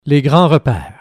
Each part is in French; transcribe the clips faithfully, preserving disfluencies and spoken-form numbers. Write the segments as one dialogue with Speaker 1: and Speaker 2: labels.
Speaker 1: Les grands repères.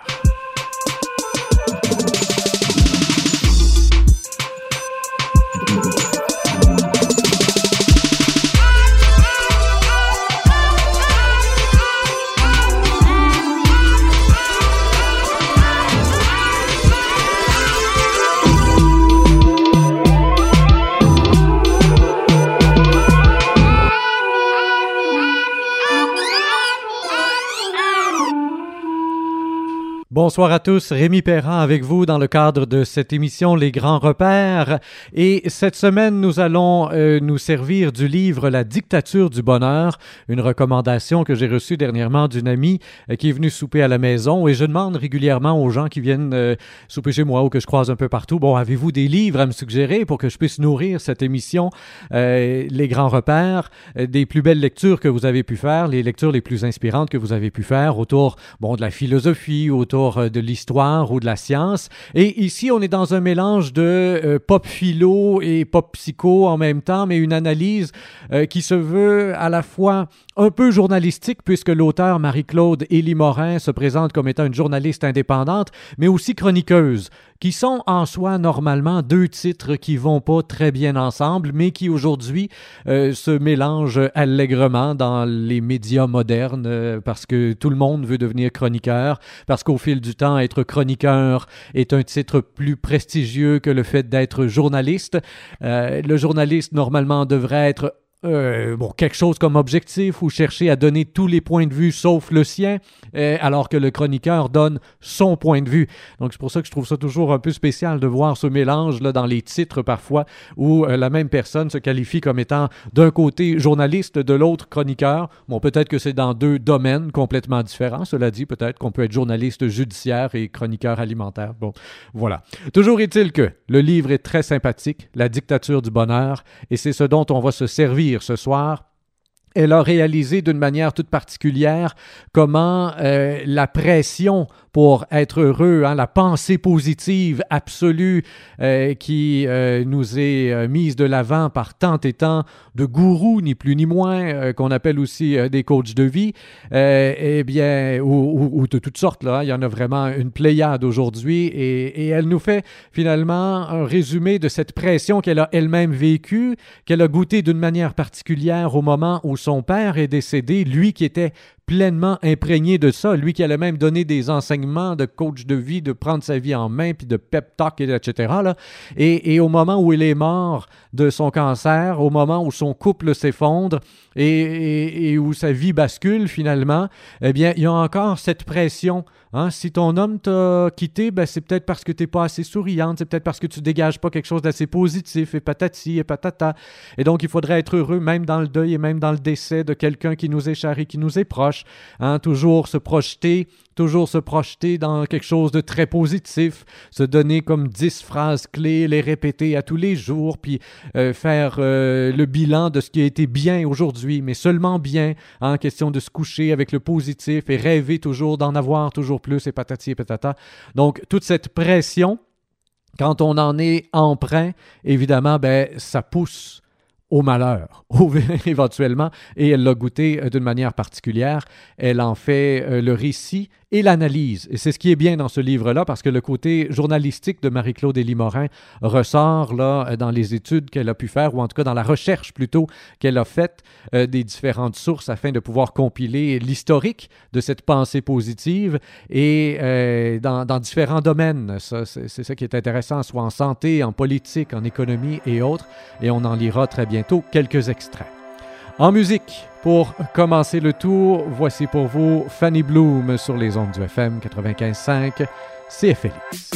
Speaker 1: Bonsoir à tous, Rémi Perrin avec vous dans le cadre de cette émission Les Grands Repères. Et cette semaine, nous allons euh, nous servir du livre La dictature du bonheur, une recommandation que j'ai reçue dernièrement d'une amie euh, qui est venue souper à la maison. Et je demande régulièrement aux gens qui viennent euh, souper chez moi ou que je croise un peu partout, bon, avez-vous des livres à me suggérer pour que je puisse nourrir cette émission euh, Les Grands Repères, euh, des plus belles lectures que vous avez pu faire, les lectures les plus inspirantes que vous avez pu faire autour, bon, de la philosophie, autour de l'histoire ou de la science. Et ici, on est dans un mélange de euh, pop philo et pop psycho en même temps, mais une analyse euh, qui se veut à la fois un peu journalistique, puisque l'auteure Marie-Claude Élie-Morin se présente comme étant une journaliste indépendante, mais aussi chroniqueuse, qui sont en soi normalement deux titres qui vont pas très bien ensemble, mais qui aujourd'hui euh, se mélangent allègrement dans les médias modernes, euh, parce que tout le monde veut devenir chroniqueur, parce qu'au fil du temps, être chroniqueur est un titre plus prestigieux que le fait d'être journaliste. Euh, le journaliste, normalement, devrait être Euh, bon, quelque chose comme objectif ou chercher à donner tous les points de vue sauf le sien, euh, alors que le chroniqueur donne son point de vue. Donc, c'est pour ça que je trouve ça toujours un peu spécial de voir ce mélange là dans les titres parfois où euh, la même personne se qualifie comme étant d'un côté journaliste, de l'autre chroniqueur. Bon, peut-être que c'est dans deux domaines complètement différents. Cela dit, peut-être qu'on peut être journaliste judiciaire et chroniqueur alimentaire. Bon, voilà. Toujours est-il que le livre est très sympathique, La dictature du bonheur, et c'est ce dont on va se servir ce soir. Elle a réalisé d'une manière toute particulière comment euh, la pression pour être heureux, hein, la pensée positive absolue euh, qui euh, nous est euh, mise de l'avant par tant et tant de gourous, ni plus ni moins, euh, qu'on appelle aussi euh, des coachs de vie, euh, eh bien, ou, ou, ou de toutes sortes, là, hein, il y en a vraiment une pléiade aujourd'hui, et, et elle nous fait finalement un résumé de cette pression qu'elle a elle-même vécue, qu'elle a goûtée d'une manière particulière au moment où son père est décédé, lui qui était pleinement imprégné de ça, lui qui allait même donner des enseignements de coach de vie, de prendre sa vie en main, puis de pep talk, et cetera. Là. Et, et au moment où il est mort de son cancer, au moment où son couple s'effondre et, et, et où sa vie bascule finalement, eh bien, il y a encore cette pression. Hein? Si ton homme t'a quitté, ben, c'est peut-être parce que tu n'es pas assez souriante, c'est peut-être parce que tu ne dégages pas quelque chose d'assez positif, et patati et patata. Et donc, il faudrait être heureux même dans le deuil et même dans le décès de quelqu'un qui nous est cher et qui nous est proche. Hein? Toujours se projeter, toujours se projeter dans quelque chose de très positif, se donner comme dix phrases clés, les répéter à tous les jours, puis euh, faire euh, le bilan de ce qui a été bien aujourd'hui, mais seulement bien, en hein? question de se coucher avec le positif et rêver toujours d'en avoir toujours plus, et patati et patata. Donc, toute cette pression, quand on en est emprunt, évidemment, ben, ça pousse au malheur, au, éventuellement, et elle l'a goûté euh, d'une manière particulière. Elle en fait euh, le récit et l'analyse. Et c'est ce qui est bien dans ce livre-là, parce que le côté journalistique de Marie-Claude Élie-Morin ressort là, dans les études qu'elle a pu faire, ou en tout cas dans la recherche plutôt qu'elle a faite euh, des différentes sources afin de pouvoir compiler l'historique de cette pensée positive et euh, dans, dans différents domaines. Ça, c'est, c'est ça qui est intéressant, soit en santé, en politique, en économie et autres. Et on en lira très bientôt quelques extraits. En musique, pour commencer le tour, voici pour vous Fanny Bloom sur les ondes du F M quatre-vingt-quinze cinq, C F L X.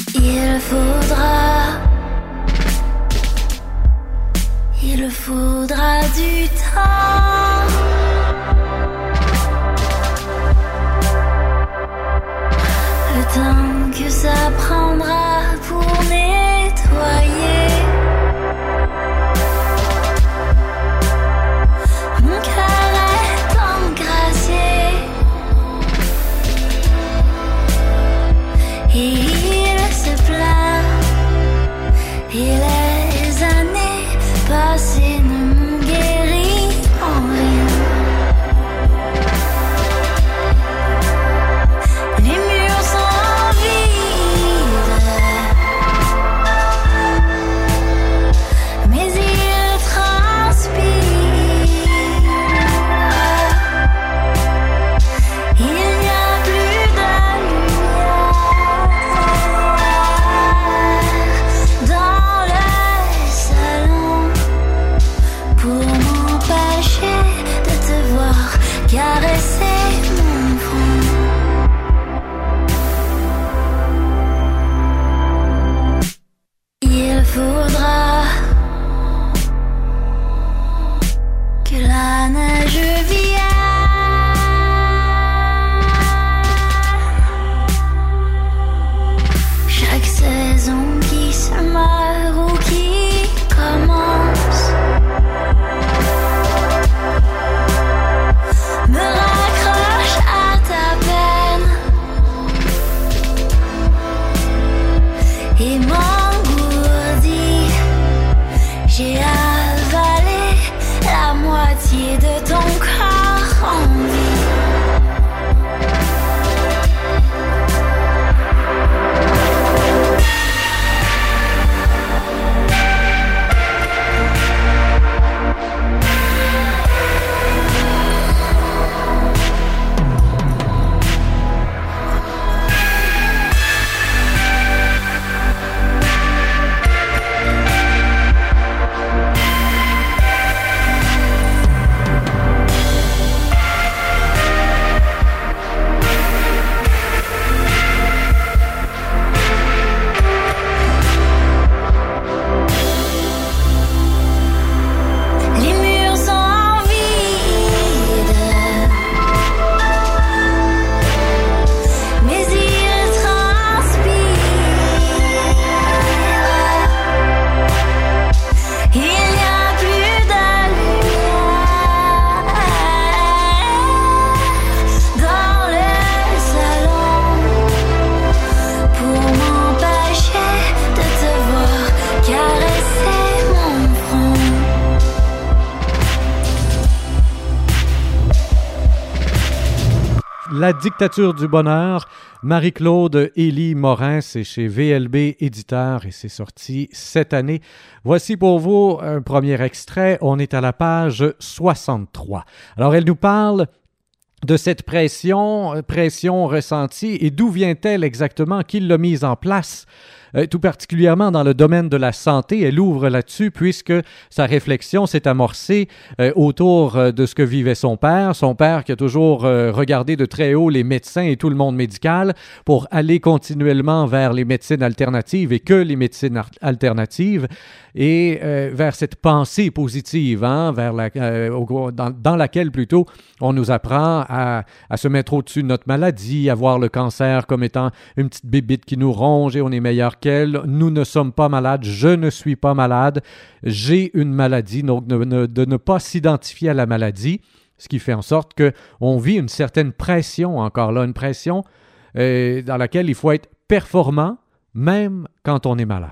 Speaker 2: Il faudra, il faudra du temps, le temps que ça prendra pour nettoyer mon cœur est engraissé et il se plaint et les années passées ne m'ont guéri en rien.
Speaker 1: La dictature du bonheur, Marie-Claude Élie Morin, c'est chez V L B Éditeur et c'est sorti cette année. Voici pour vous un premier extrait, on est à la page soixante-trois. Alors elle nous parle de cette pression, pression ressentie et d'où vient-elle exactement, qui l'a mise en place? Euh, tout particulièrement dans le domaine de la santé, elle ouvre là-dessus puisque sa réflexion s'est amorcée euh, autour euh, de ce que vivait son père. Son père qui a toujours euh, regardé de très haut les médecins et tout le monde médical pour aller continuellement vers les médecines alternatives et que les médecines ar- alternatives et euh, vers cette pensée positive, hein, vers la, euh, au, dans, dans laquelle plutôt on nous apprend à, à se mettre au-dessus de notre maladie, à voir le cancer comme étant une petite bébite qui nous ronge et on est meilleur qu'elle. Nous ne sommes pas malades, je ne suis pas malade, j'ai une maladie, donc de, de, de ne pas s'identifier à la maladie, ce qui fait en sorte qu'on vit une certaine pression, encore là, une pression euh, dans laquelle il faut être performant, même quand on est malade.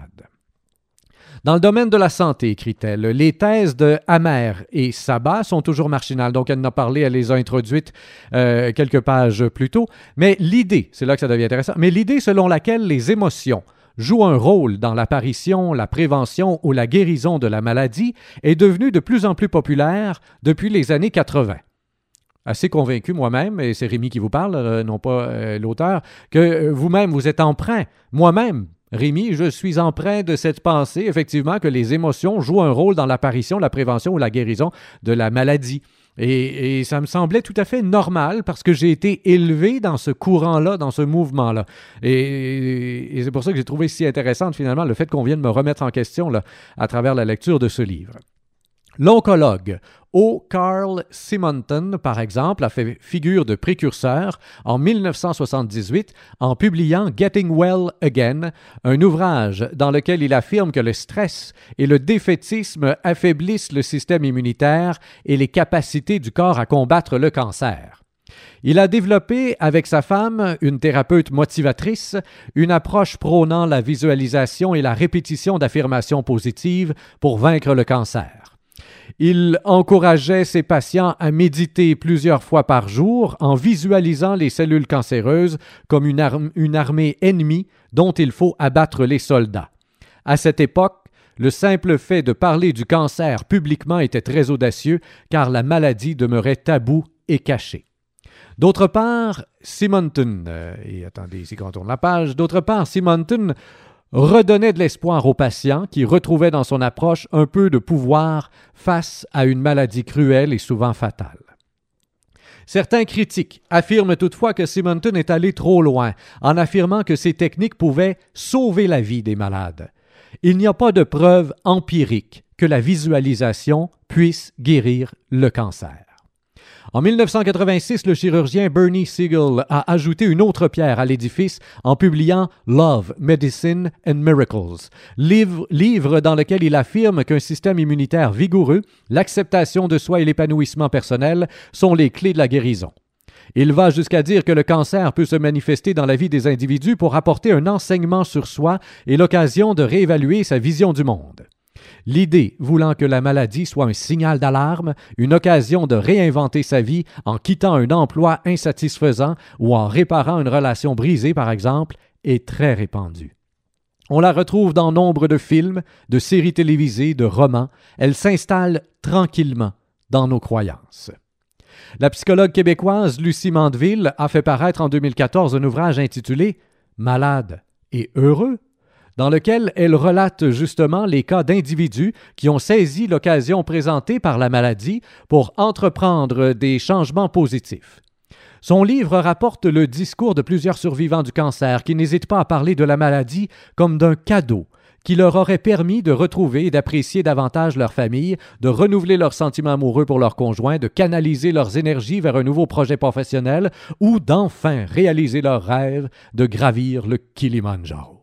Speaker 1: Dans le domaine de la santé, écrit-elle, les thèses de Hammer et Sabat sont toujours marginales. Donc, elle en a parlé, elle les a introduites euh, quelques pages plus tôt. Mais l'idée, c'est là que ça devient intéressant, mais l'idée selon laquelle les émotions jouent un rôle dans l'apparition, la prévention ou la guérison de la maladie est devenue de plus en plus populaire depuis les années quatre-vingts. Assez convaincu moi-même, et c'est Rémi qui vous parle, euh, non pas euh, l'auteur, que euh, vous-même, vous êtes empreint, moi-même, Rémi, je suis empreint de cette pensée, effectivement, que les émotions jouent un rôle dans l'apparition, la prévention ou la guérison de la maladie. Et, et ça me semblait tout à fait normal parce que j'ai été élevé dans ce courant-là, dans ce mouvement-là. Et, et, et c'est pour ça que j'ai trouvé si intéressant, finalement, le fait qu'on vienne me remettre en question là, à travers la lecture de ce livre. L'oncologue O. Carl Simonton, par exemple, a fait figure de précurseur en dix-neuf cent soixante-dix-huit en publiant Getting Well Again, un ouvrage dans lequel il affirme que le stress et le défaitisme affaiblissent le système immunitaire et les capacités du corps à combattre le cancer. Il a développé avec sa femme, une thérapeute motivatrice, une approche prônant la visualisation et la répétition d'affirmations positives pour vaincre le cancer. Il encourageait ses patients à méditer plusieurs fois par jour en visualisant les cellules cancéreuses comme une, arme, une armée ennemie dont il faut abattre les soldats. À cette époque, le simple fait de parler du cancer publiquement était très audacieux car la maladie demeurait taboue et cachée. D'autre part, Simonton, euh, et attendez ici qu'on tourne la page, d'autre part, Simonton redonnait de l'espoir aux patients qui retrouvaient dans son approche un peu de pouvoir face à une maladie cruelle et souvent fatale. Certains critiques affirment toutefois que Simonton est allé trop loin en affirmant que ces techniques pouvaient sauver la vie des malades. Il n'y a pas de preuve empirique que la visualisation puisse guérir le cancer. En dix-neuf cent quatre-vingt-six, le chirurgien Bernie Siegel a ajouté une autre pierre à l'édifice en publiant Love, Medicine and Miracles, livre, livre dans lequel il affirme qu'un système immunitaire vigoureux, l'acceptation de soi et l'épanouissement personnel sont les clés de la guérison. Il va jusqu'à dire que le cancer peut se manifester dans la vie des individus pour apporter un enseignement sur soi et l'occasion de réévaluer sa vision du monde. L'idée voulant que la maladie soit un signal d'alarme, une occasion de réinventer sa vie en quittant un emploi insatisfaisant ou en réparant une relation brisée, par exemple, est très répandue. On la retrouve dans nombre de films, de séries télévisées, de romans. Elle s'installe tranquillement dans nos croyances. La psychologue québécoise Lucie Mandeville a fait paraître en deux mille quatorze un ouvrage intitulé « Malade et heureux », dans lequel elle relate justement les cas d'individus qui ont saisi l'occasion présentée par la maladie pour entreprendre des changements positifs. Son livre rapporte le discours de plusieurs survivants du cancer qui n'hésitent pas à parler de la maladie comme d'un cadeau qui leur aurait permis de retrouver et d'apprécier davantage leur famille, de renouveler leurs sentiments amoureux pour leur conjoint, de canaliser leurs énergies vers un nouveau projet professionnel ou d'enfin réaliser leur rêve de gravir le Kilimandjaro.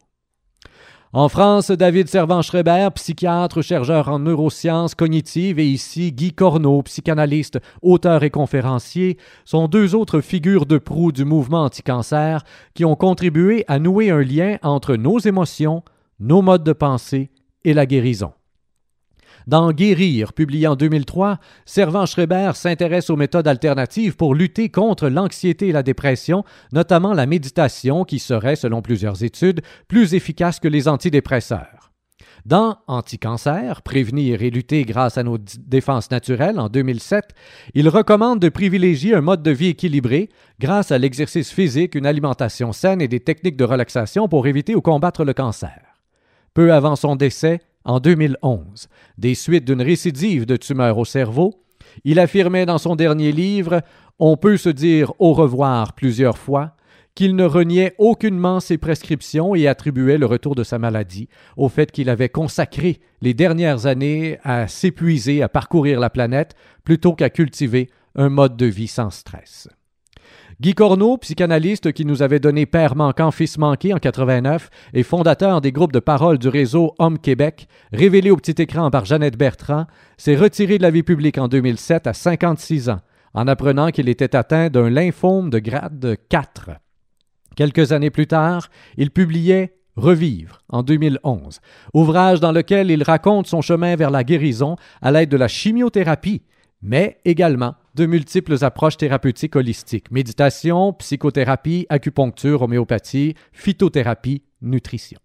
Speaker 1: En France, David Servan-Schreiber, psychiatre, chercheur en neurosciences cognitives, et ici Guy Corneau, psychanalyste, auteur et conférencier, sont deux autres figures de proue du mouvement anti-cancer qui ont contribué à nouer un lien entre nos émotions, nos modes de pensée et la guérison. Dans Guérir, publié en deux mille trois, Servan-Schreiber s'intéresse aux méthodes alternatives pour lutter contre l'anxiété et la dépression, notamment la méditation qui serait, selon plusieurs études, plus efficace que les antidépresseurs. Dans Anticancer, prévenir et lutter grâce à nos d- défenses naturelles, en deux mille sept, il recommande de privilégier un mode de vie équilibré grâce à l'exercice physique, une alimentation saine et des techniques de relaxation pour éviter ou combattre le cancer. Peu avant son décès, en deux mille onze, des suites d'une récidive de tumeur au cerveau, il affirmait dans son dernier livre « On peut se dire au revoir plusieurs fois » qu'il ne reniait aucunement ses prescriptions et attribuait le retour de sa maladie au fait qu'il avait consacré les dernières années à s'épuiser, à parcourir la planète, plutôt qu'à cultiver un mode de vie sans stress. Guy Corneau, psychanalyste qui nous avait donné Père manquant, fils manqué en quatre-vingt-neuf et fondateur des groupes de parole du réseau Homme Québec, révélé au petit écran par Jeannette Bertrand, s'est retiré de la vie publique en deux mille sept à cinquante-six ans, en apprenant qu'il était atteint d'un lymphome de grade quatre. Quelques années plus tard, il publiait Revivre en deux mille onze, ouvrage dans lequel il raconte son chemin vers la guérison à l'aide de la chimiothérapie, mais également de multiples approches thérapeutiques holistiques, méditation, psychothérapie, acupuncture, homéopathie, phytothérapie, nutrition.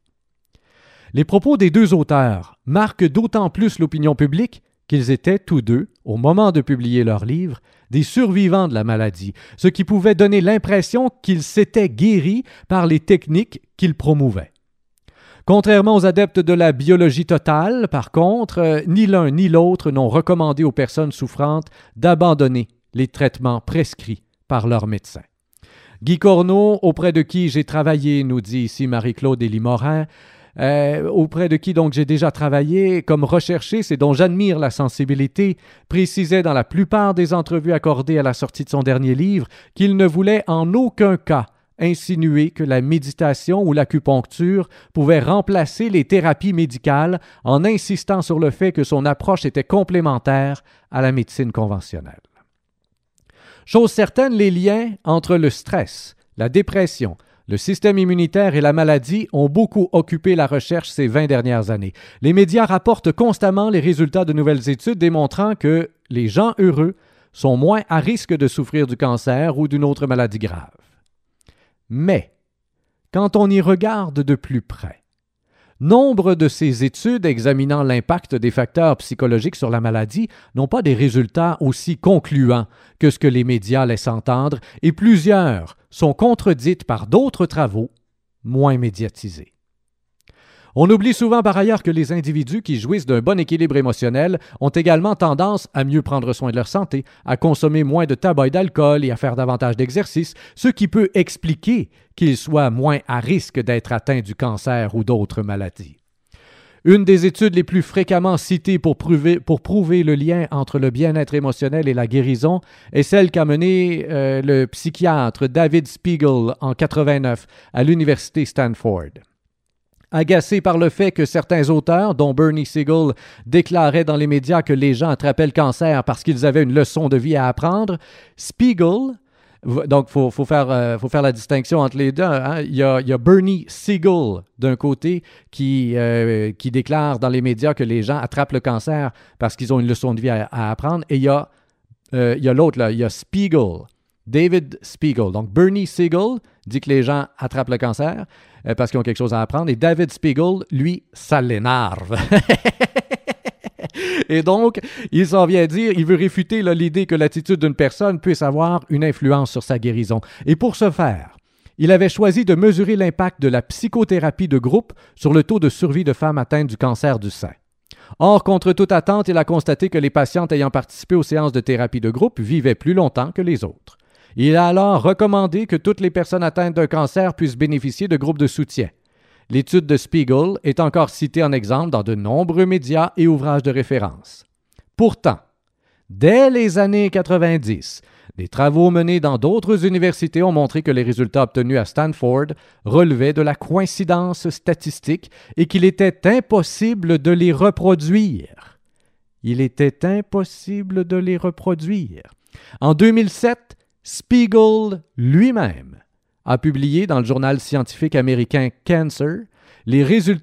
Speaker 1: Les propos des deux auteurs marquent d'autant plus l'opinion publique qu'ils étaient tous deux, au moment de publier leur livre, des survivants de la maladie, ce qui pouvait donner l'impression qu'ils s'étaient guéris par les techniques qu'ils promouvaient. Contrairement aux adeptes de la biologie totale, par contre, euh, ni l'un ni l'autre n'ont recommandé aux personnes souffrantes d'abandonner les traitements prescrits par leur médecin. Guy Corneau, auprès de qui j'ai travaillé, nous dit ici Marie-Claude Élie-Morin, euh, auprès de qui donc j'ai déjà travaillé comme recherchiste et dont j'admire la sensibilité, précisait dans la plupart des entrevues accordées à la sortie de son dernier livre qu'il ne voulait en aucun cas insinuer que la méditation ou l'acupuncture pouvaient remplacer les thérapies médicales en insistant sur le fait que son approche était complémentaire à la médecine conventionnelle. Chose certaine, les liens entre le stress, la dépression, le système immunitaire et la maladie ont beaucoup occupé la recherche ces vingt dernières années. Les médias rapportent constamment les résultats de nouvelles études démontrant que les gens heureux sont moins à risque de souffrir du cancer ou d'une autre maladie grave. Mais, quand on y regarde de plus près, nombre de ces études examinant l'impact des facteurs psychologiques sur la maladie n'ont pas des résultats aussi concluants que ce que les médias laissent entendre et plusieurs sont contredites par d'autres travaux moins médiatisés. On oublie souvent par ailleurs que les individus qui jouissent d'un bon équilibre émotionnel ont également tendance à mieux prendre soin de leur santé, à consommer moins de tabac et d'alcool et à faire davantage d'exercice, ce qui peut expliquer qu'ils soient moins à risque d'être atteints du cancer ou d'autres maladies. Une des études les plus fréquemment citées pour prouver, pour prouver le lien entre le bien-être émotionnel et la guérison est celle qu'a menée euh, le psychiatre David Spiegel en quatre-vingt-neuf à l'université Stanford. Agacé par le fait que certains auteurs, dont Bernie Siegel, déclaraient dans les médias que les gens attrapaient le cancer parce qu'ils avaient une leçon de vie à apprendre, Spiegel, donc il faut, faut, faire, euh, faut faire la distinction entre les deux, hein? il, y a, il y a Bernie Siegel d'un côté qui, euh, qui déclare dans les médias que les gens attrapent le cancer parce qu'ils ont une leçon de vie à, à apprendre, et il y a, euh, il y a l'autre, là, il y a Spiegel, David Spiegel. Donc Bernie Siegel dit que les gens attrapent le cancer euh, parce qu'ils ont quelque chose à apprendre. Et David Spiegel, lui, ça l'énerve. Et donc, il s'en vient dire, il veut réfuter là, l'idée que l'attitude d'une personne puisse avoir une influence sur sa guérison. Et pour ce faire, il avait choisi de mesurer l'impact de la psychothérapie de groupe sur le taux de survie de femmes atteintes du cancer du sein. Or, contre toute attente, il a constaté que les patientes ayant participé aux séances de thérapie de groupe vivaient plus longtemps que les autres. Il a alors recommandé que toutes les personnes atteintes d'un cancer puissent bénéficier de groupes de soutien. L'étude de Spiegel est encore citée en exemple dans de nombreux médias et ouvrages de référence. Pourtant, dès les années quatre-vingt-dix, des travaux menés dans d'autres universités ont montré que les résultats obtenus à Stanford relevaient de la coïncidence statistique et qu'il était impossible de les reproduire. Il était impossible de les reproduire. En deux mille sept, Spiegel lui-même a publié dans le journal scientifique américain Cancer les résultats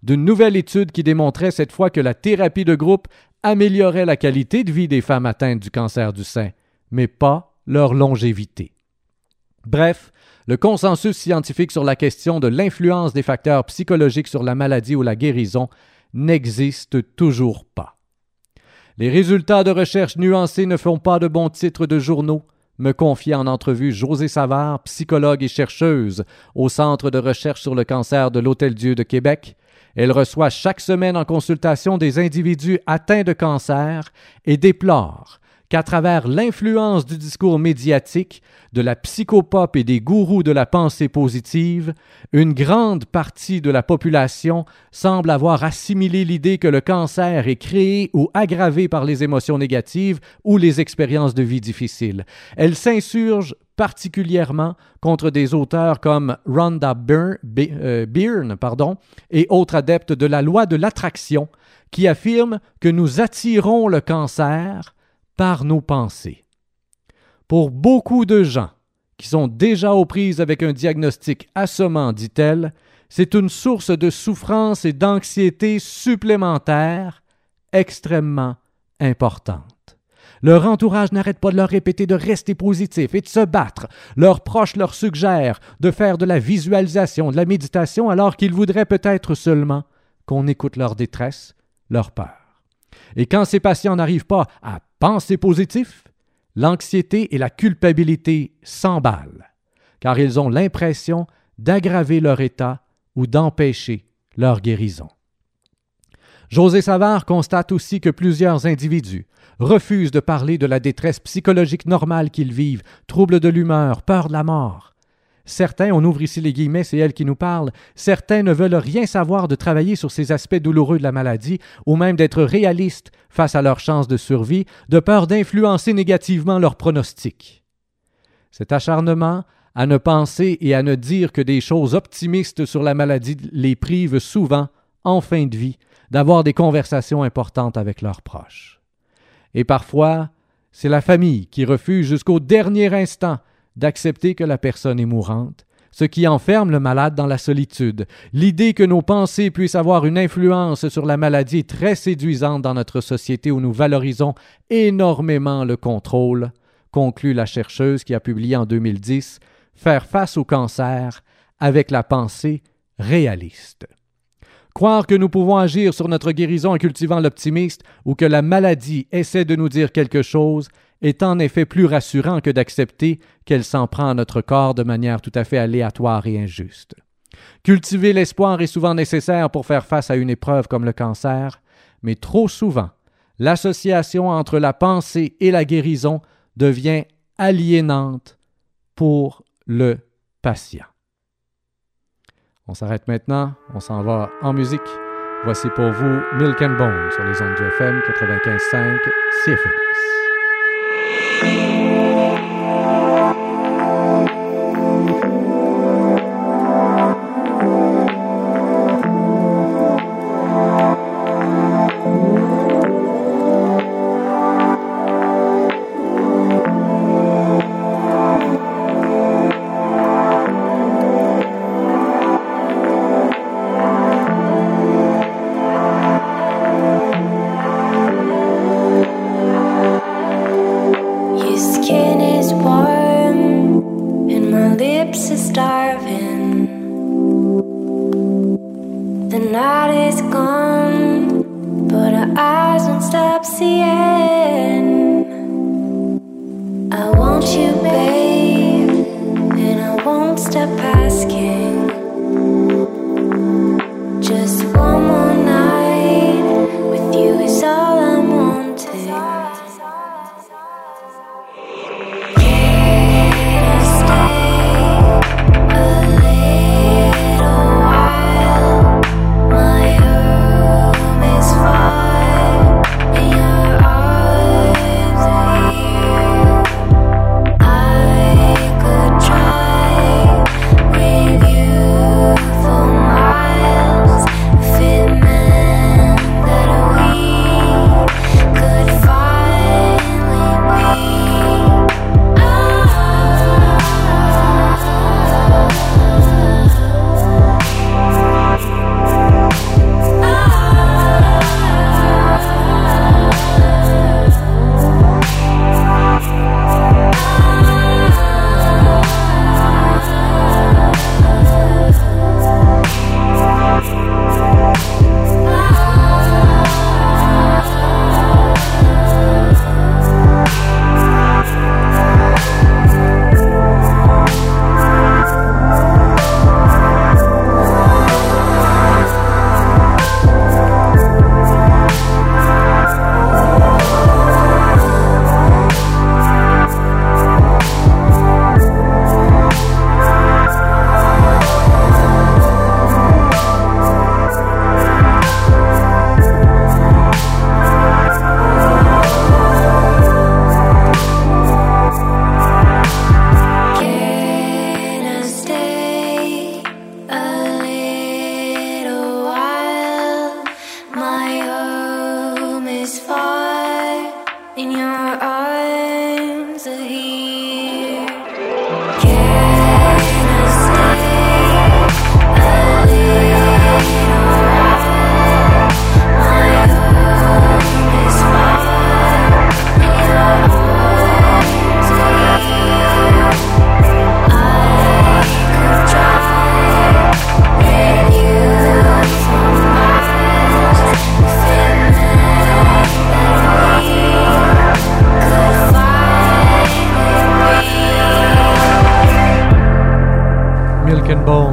Speaker 1: d'une nouvelle étude qui démontrait cette fois que la thérapie de groupe améliorait la qualité de vie des femmes atteintes du cancer du sein, mais pas leur longévité. Bref, le consensus scientifique sur la question de l'influence des facteurs psychologiques sur la maladie ou la guérison n'existe toujours pas. Les résultats de recherches nuancées ne font pas de bons titres de journaux, me confiait en entrevue Josée Savard, psychologue et chercheuse au Centre de recherche sur le cancer de l'Hôtel-Dieu de Québec. Elle reçoit chaque semaine en consultation des individus atteints de cancer et déplore qu'à travers l'influence du discours médiatique, de la psychopop et des gourous de la pensée positive, une grande partie de la population semble avoir assimilé l'idée que le cancer est créé ou aggravé par les émotions négatives ou les expériences de vie difficiles. Elle s'insurge particulièrement contre des auteurs comme Rhonda Byrne, euh, Byrne pardon, et autres adeptes de la loi de l'attraction qui affirment que nous attirons le cancer par nos pensées. Pour beaucoup de gens qui sont déjà aux prises avec un diagnostic assommant, dit-elle, c'est une source de souffrance et d'anxiété supplémentaire extrêmement importante. Leur entourage n'arrête pas de leur répéter de rester positif et de se battre. Leurs proches leur suggèrent de faire de la visualisation, de la méditation, alors qu'ils voudraient peut-être seulement qu'on écoute leur détresse, leur peur. Et quand ces patients n'arrivent pas à penser positif, l'anxiété et la culpabilité s'emballent, car ils ont l'impression d'aggraver leur état ou d'empêcher leur guérison. Josée Savard constate aussi que plusieurs individus refusent de parler de la détresse psychologique normale qu'ils vivent, troubles de l'humeur, peur de la mort. Certains, on ouvre ici les guillemets, c'est elle qui nous parle, certains ne veulent rien savoir de travailler sur ces aspects douloureux de la maladie ou même d'être réalistes face à leurs chances de survie, de peur d'influencer négativement leurs pronostics. Cet acharnement à ne penser et à ne dire que des choses optimistes sur la maladie les prive souvent, en fin de vie, d'avoir des conversations importantes avec leurs proches. Et parfois, c'est la famille qui refuse jusqu'au dernier instant d'accepter que la personne est mourante, ce qui enferme le malade dans la solitude. L'idée que nos pensées puissent avoir une influence sur la maladie est très séduisante dans notre société où nous valorisons énormément le contrôle, conclut la chercheuse qui a publié en deux mille dix « Faire face au cancer avec la pensée réaliste ». Croire que nous pouvons agir sur notre guérison en cultivant l'optimisme ou que la maladie essaie de nous dire quelque chose est en effet plus rassurant que d'accepter qu'elle s'en prend à notre corps de manière tout à fait aléatoire et injuste. Cultiver l'espoir est souvent nécessaire pour faire face à une épreuve comme le cancer, mais trop souvent, l'association entre la pensée et la guérison devient aliénante pour le patient. On s'arrête maintenant, on s'en va en musique. Voici pour vous Milk and Bone sur les ondes du F M quatre-vingt-quinze virgule cinq C F L X.
Speaker 2: I could try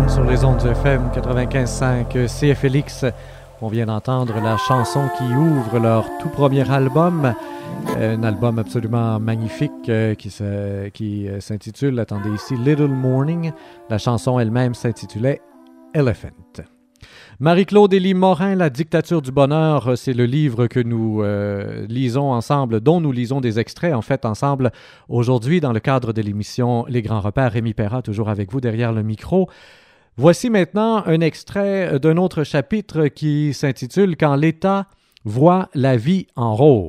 Speaker 1: Stone sur les ondes du F M quatre-vingt-quinze virgule cinq C F L X. On vient d'entendre la chanson qui ouvre leur tout premier album, un album absolument magnifique euh, qui, se, qui euh, s'intitule, attendez ici, Little Morning. La chanson elle-même s'intitulait Elephant. Marie-Claude Élie-Morin, La dictature du bonheur, c'est le livre que nous euh, lisons ensemble, dont nous lisons des extraits, en fait, ensemble aujourd'hui dans le cadre de l'émission Les Grands Repères. Rémi Perra, toujours avec vous derrière le micro. Voici maintenant un extrait d'un autre chapitre qui s'intitule « Quand l'État voit la vie en rose ».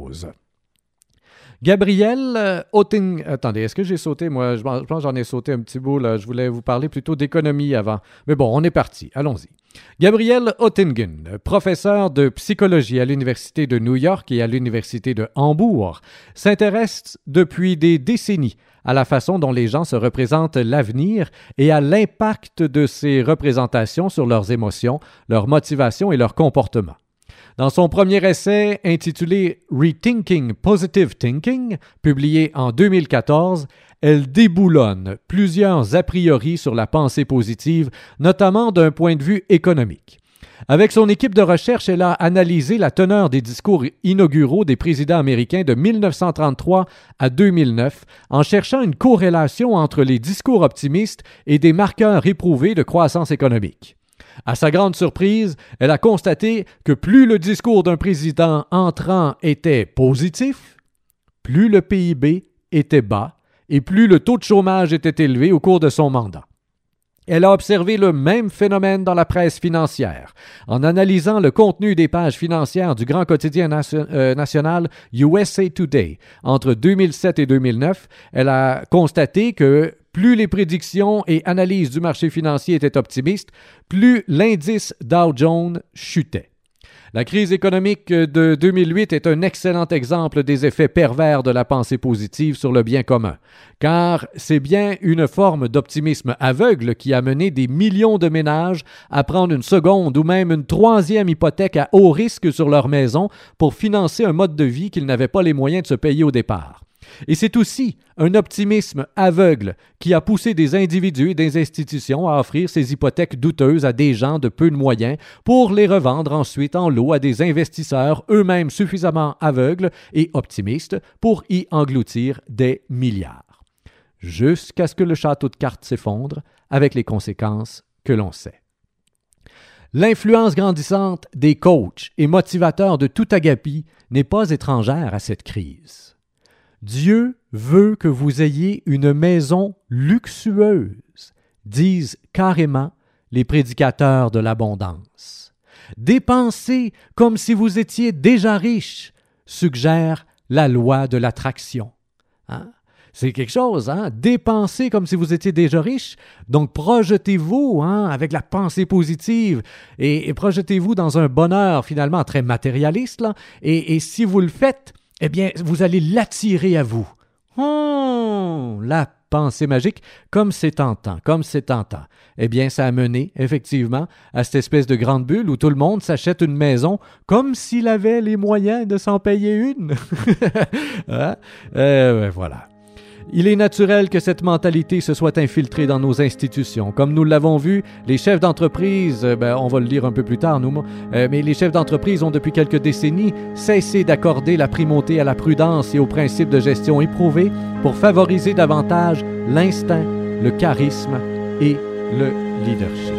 Speaker 1: Gabriel Oettingen... Attendez, est-ce que j'ai sauté? Moi, je pense que j'en ai sauté un petit bout, là. Je voulais vous parler plutôt d'économie avant. Mais bon, on est parti. Allons-y. Gabriel Oettingen, professeur de psychologie à l'Université de New York et à l'Université de Hambourg, s'intéresse depuis des décennies à la façon dont les gens se représentent l'avenir et à l'impact de ces représentations sur leurs émotions, leurs motivations et leurs comportements. Dans son premier essai intitulé « Rethinking Positive Thinking », publié en deux mille quatorze, elle déboulonne plusieurs a priori sur la pensée positive, notamment d'un point de vue économique. Avec son équipe de recherche, elle a analysé la teneur des discours inauguraux des présidents américains de mille neuf cent trente-trois à deux mille neuf en cherchant une corrélation entre les discours optimistes et des marqueurs éprouvés de croissance économique. À sa grande surprise, elle a constaté que plus le discours d'un président entrant était positif, plus le P I B était bas et plus le taux de chômage était élevé au cours de son mandat. Elle a observé le même phénomène dans la presse financière. En analysant le contenu des pages financières du grand quotidien nation, euh, national U S A Today entre deux mille sept et deux mille neuf, elle a constaté que plus les prédictions et analyses du marché financier étaient optimistes, plus l'indice Dow Jones chutait. La crise économique de deux mille huit est un excellent exemple des effets pervers de la pensée positive sur le bien commun, car c'est bien une forme d'optimisme aveugle qui a mené des millions de ménages à prendre une seconde ou même une troisième hypothèque à haut risque sur leur maison pour financer un mode de vie qu'ils n'avaient pas les moyens de se payer au départ. Et c'est aussi un optimisme aveugle qui a poussé des individus et des institutions à offrir ces hypothèques douteuses à des gens de peu de moyens pour les revendre ensuite en lot à des investisseurs eux-mêmes suffisamment aveugles et optimistes pour y engloutir des milliards. Jusqu'à ce que le château de cartes s'effondre avec les conséquences que l'on sait. L'influence grandissante des coachs et motivateurs de tout agapi n'est pas étrangère à cette crise. Dieu veut que vous ayez une maison luxueuse, disent carrément les prédicateurs de l'abondance. Dépensez comme si vous étiez déjà riche, suggère la loi de l'attraction. Hein? C'est quelque chose, hein? Dépensez comme si vous étiez déjà riche. Donc, projetez-vous hein, avec la pensée positive et, et projetez-vous dans un bonheur finalement très matérialiste. Là, et, et si vous le faites, eh bien, vous allez l'attirer à vous. Oh, la pensée magique, comme c'est tentant, comme c'est tentant. Eh bien, ça a mené, effectivement, à cette espèce de grande bulle où tout le monde s'achète une maison comme s'il avait les moyens de s'en payer une. hein? euh, ben, voilà. Il est naturel que cette mentalité se soit infiltrée dans nos institutions. Comme nous l'avons vu, les chefs d'entreprise, ben, on va le lire un peu plus tard, nous, euh, mais les chefs d'entreprise ont depuis quelques décennies cessé d'accorder la primauté à la prudence et aux principes de gestion éprouvés pour favoriser davantage l'instinct, le charisme et le leadership.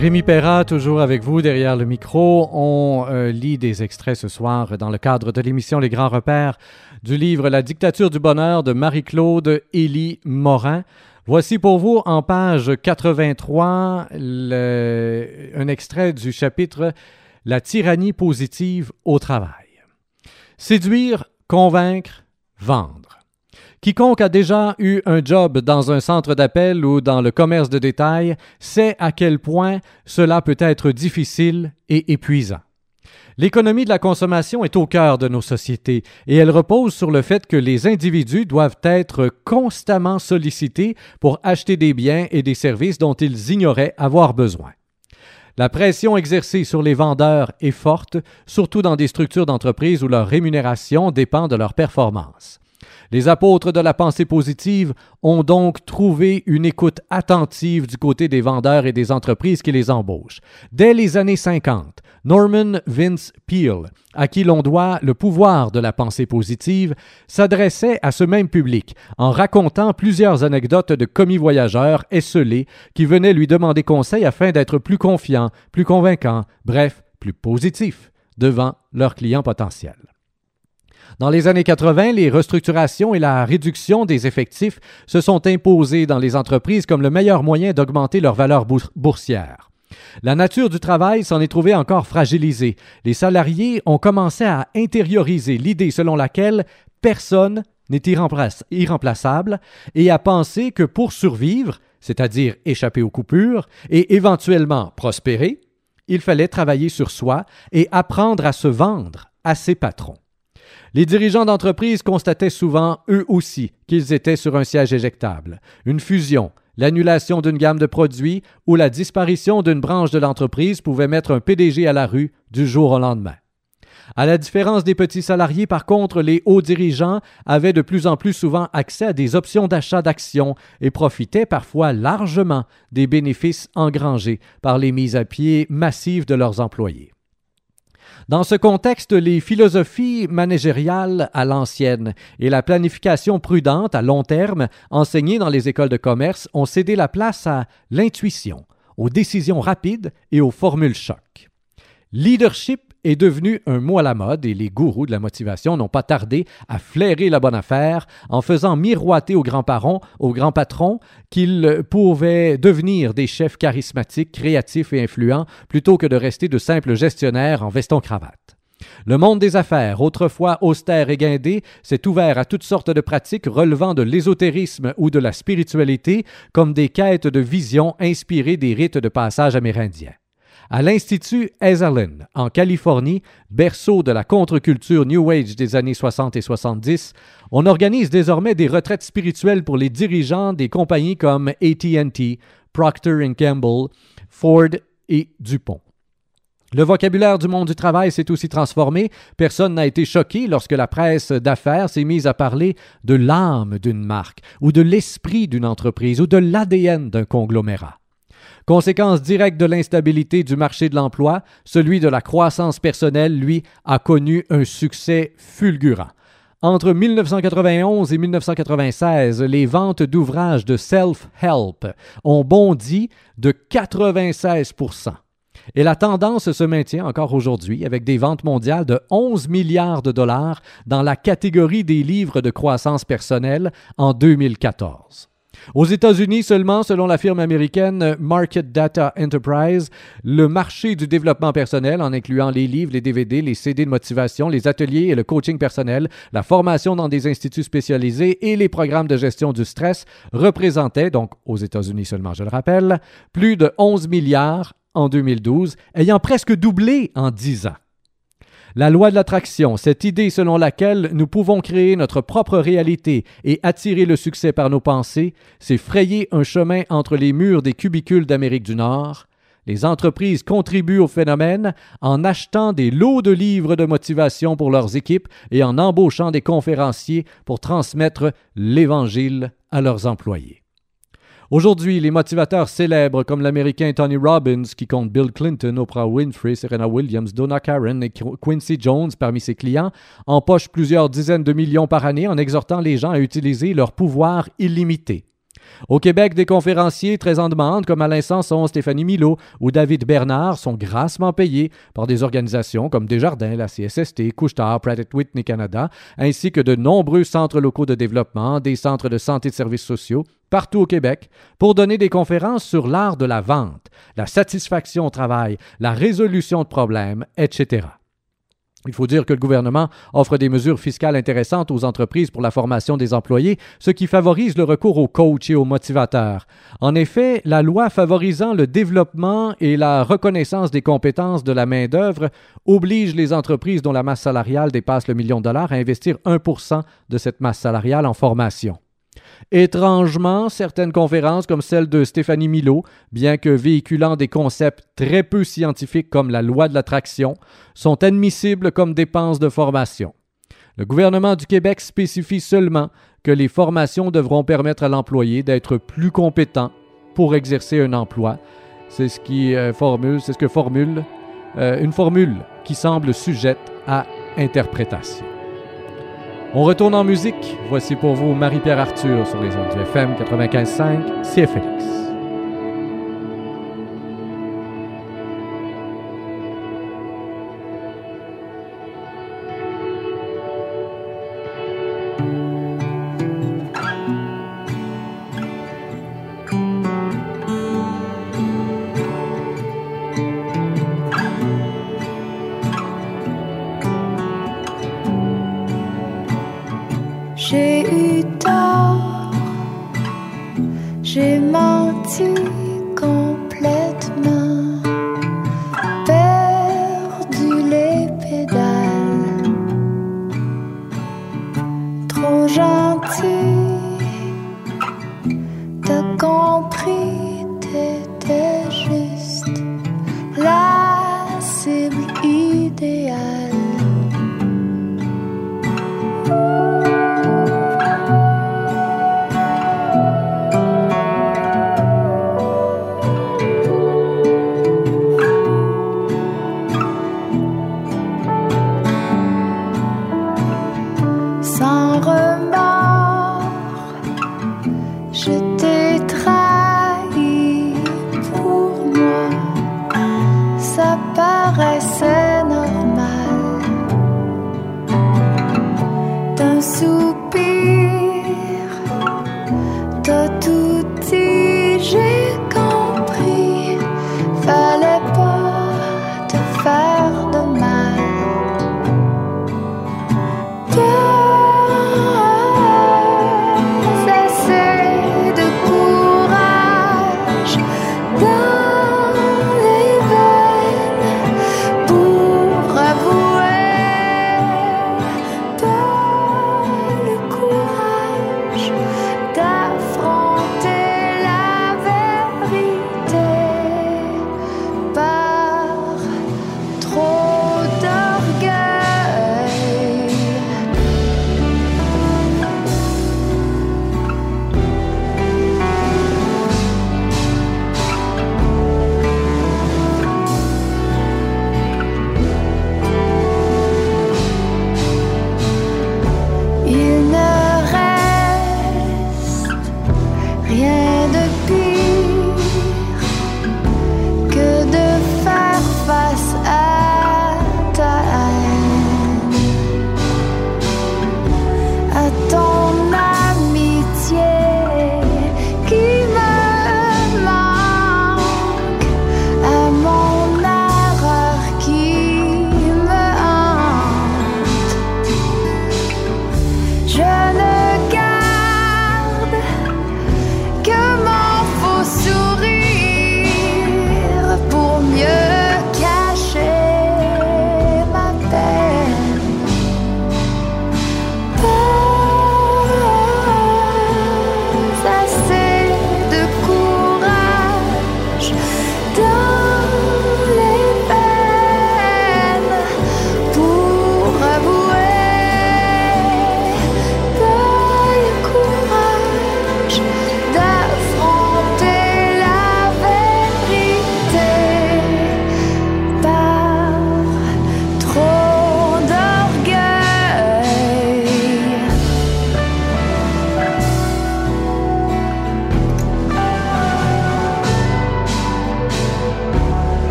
Speaker 1: Rémi Perra, toujours avec vous derrière le micro. On euh, lit des extraits ce soir dans le cadre de l'émission Les Grands Repères du livre La dictature du bonheur de Marie-Claude Élie Morin. Voici pour vous, en page quatre-vingt-trois, le, un extrait du chapitre La tyrannie positive au travail. Séduire, convaincre, vendre. Quiconque a déjà eu un job dans un centre d'appel ou dans le commerce de détail sait à quel point cela peut être difficile et épuisant. L'économie de la consommation est au cœur de nos sociétés et elle repose sur le fait que les individus doivent être constamment sollicités pour acheter des biens et des services dont ils ignoraient avoir besoin. La pression exercée sur les vendeurs est forte, surtout dans des structures d'entreprise où leur rémunération dépend de leur performance. Les apôtres de la pensée positive ont donc trouvé une écoute attentive du côté des vendeurs et des entreprises qui les embauchent. Dès les années cinquante, Norman Vince Peale, à qui l'on doit le pouvoir de la pensée positive, s'adressait à ce même public en racontant plusieurs anecdotes de commis voyageurs esseulés qui venaient lui demander conseil afin d'être plus confiants, plus convaincants, bref, plus positifs devant leurs clients potentiels. Dans les années quatre-vingt, les restructurations et la réduction des effectifs se sont imposées dans les entreprises comme le meilleur moyen d'augmenter leur valeur boursière. La nature du travail s'en est trouvée encore fragilisée. Les salariés ont commencé à intérioriser l'idée selon laquelle personne n'est irrempla- irremplaçable et à penser que pour survivre, c'est-à-dire échapper aux coupures et éventuellement prospérer, il fallait travailler sur soi et apprendre à se vendre à ses patrons. Les dirigeants d'entreprise constataient souvent, eux aussi, qu'ils étaient sur un siège éjectable. Une fusion, l'annulation d'une gamme de produits ou la disparition d'une branche de l'entreprise pouvaient mettre un P D G à la rue du jour au lendemain. À la différence des petits salariés, par contre, les hauts dirigeants avaient de plus en plus souvent accès à des options d'achat d'actions et profitaient parfois largement des bénéfices engrangés par les mises à pied massives de leurs employés. Dans ce contexte, les philosophies managériales à l'ancienne et la planification prudente à long terme enseignées dans les écoles de commerce ont cédé la place à l'intuition, aux décisions rapides et aux formules choc. Leadership est devenu un mot à la mode et les gourous de la motivation n'ont pas tardé à flairer la bonne affaire en faisant miroiter aux grands parents, aux grands patrons qu'ils pouvaient devenir des chefs charismatiques, créatifs et influents plutôt que de rester de simples gestionnaires en veston-cravate. Le monde des affaires, autrefois austère et guindé, s'est ouvert à toutes sortes de pratiques relevant de l'ésotérisme ou de la spiritualité comme des quêtes de vision inspirées des rites de passage amérindiens. À l'Institut Esalen, en Californie, berceau de la contre-culture New Age des années soixante et soixante-dix, on organise désormais des retraites spirituelles pour les dirigeants des compagnies comme A T and T, Procter and Gamble, Ford et DuPont. Le vocabulaire du monde du travail s'est aussi transformé. Personne n'a été choqué lorsque la presse d'affaires s'est mise à parler de l'âme d'une marque ou de l'esprit d'une entreprise ou de l'A D N d'un conglomérat. Conséquence directe de l'instabilité du marché de l'emploi, celui de la croissance personnelle, lui, a connu un succès fulgurant. Entre mille neuf cent quatre-vingt-onze et mille neuf cent quatre-vingt-seize, les ventes d'ouvrages de self-help ont bondi de quatre-vingt-seize pour cent. Et la tendance se maintient encore aujourd'hui avec des ventes mondiales de onze milliards de dollars dans la catégorie des livres de croissance personnelle en deux mille quatorze. Aux États-Unis seulement, selon la firme américaine Market Data Enterprise, le marché du développement personnel, en incluant les livres, les D V D, les C D de motivation, les ateliers et le coaching personnel, la formation dans des instituts spécialisés et les programmes de gestion du stress, représentait, donc aux États-Unis seulement, je le rappelle, plus de onze milliards en deux mille douze, ayant presque doublé en dix ans. La loi de l'attraction, cette idée selon laquelle nous pouvons créer notre propre réalité et attirer le succès par nos pensées, s'est frayé un chemin entre les murs des cubicules d'Amérique du Nord. Les entreprises contribuent au phénomène en achetant des lots de livres de motivation pour leurs équipes et en embauchant des conférenciers pour transmettre l'Évangile à leurs employés. Aujourd'hui, les motivateurs célèbres comme l'Américain Tony Robbins, qui compte Bill Clinton, Oprah Winfrey, Serena Williams, Donna Karan et Quincy Jones parmi ses clients, empochent plusieurs dizaines de millions par année en exhortant les gens à utiliser leur pouvoir illimité. Au Québec, des conférenciers très en demande comme Alain Sanson, Stéphanie Milot ou David Bernard sont grassement payés par des organisations comme Desjardins, la C S S T, Couche-Tard, Pratt et Whitney Canada, ainsi que de nombreux centres locaux de développement, des centres de santé et de services sociaux, partout au Québec, pour donner des conférences sur l'art de la vente, la satisfaction au travail, la résolution de problèmes, et cetera. Il faut dire que le gouvernement offre des mesures fiscales intéressantes aux entreprises pour la formation des employés, ce qui favorise le recours aux coachs et aux motivateurs. En effet, la loi favorisant le développement et la reconnaissance des compétences de la main-d'œuvre oblige les entreprises dont la masse salariale dépasse le million de dollars à investir un pour cent de cette masse salariale en formation. Étrangement, certaines conférences comme celle de Stéphanie Milot, bien que véhiculant des concepts très peu scientifiques comme la loi de l'attraction, sont admissibles comme dépenses de formation. Le gouvernement du Québec spécifie seulement que les formations devront permettre à l'employé d'être plus compétent pour exercer un emploi. C'est ce qui euh, formule, c'est ce que formule euh, une formule qui semble sujette à interprétation. On retourne en musique. Voici pour vous Marie-Pierre Arthur sur les ondes du F M quatre-vingt-quinze cinq, C F L X.
Speaker 2: J'ai eu tort, j'ai menti complètement, perdu les pédales, trop gentil, t'as compris, t'étais juste la cible idéale. Sans remords,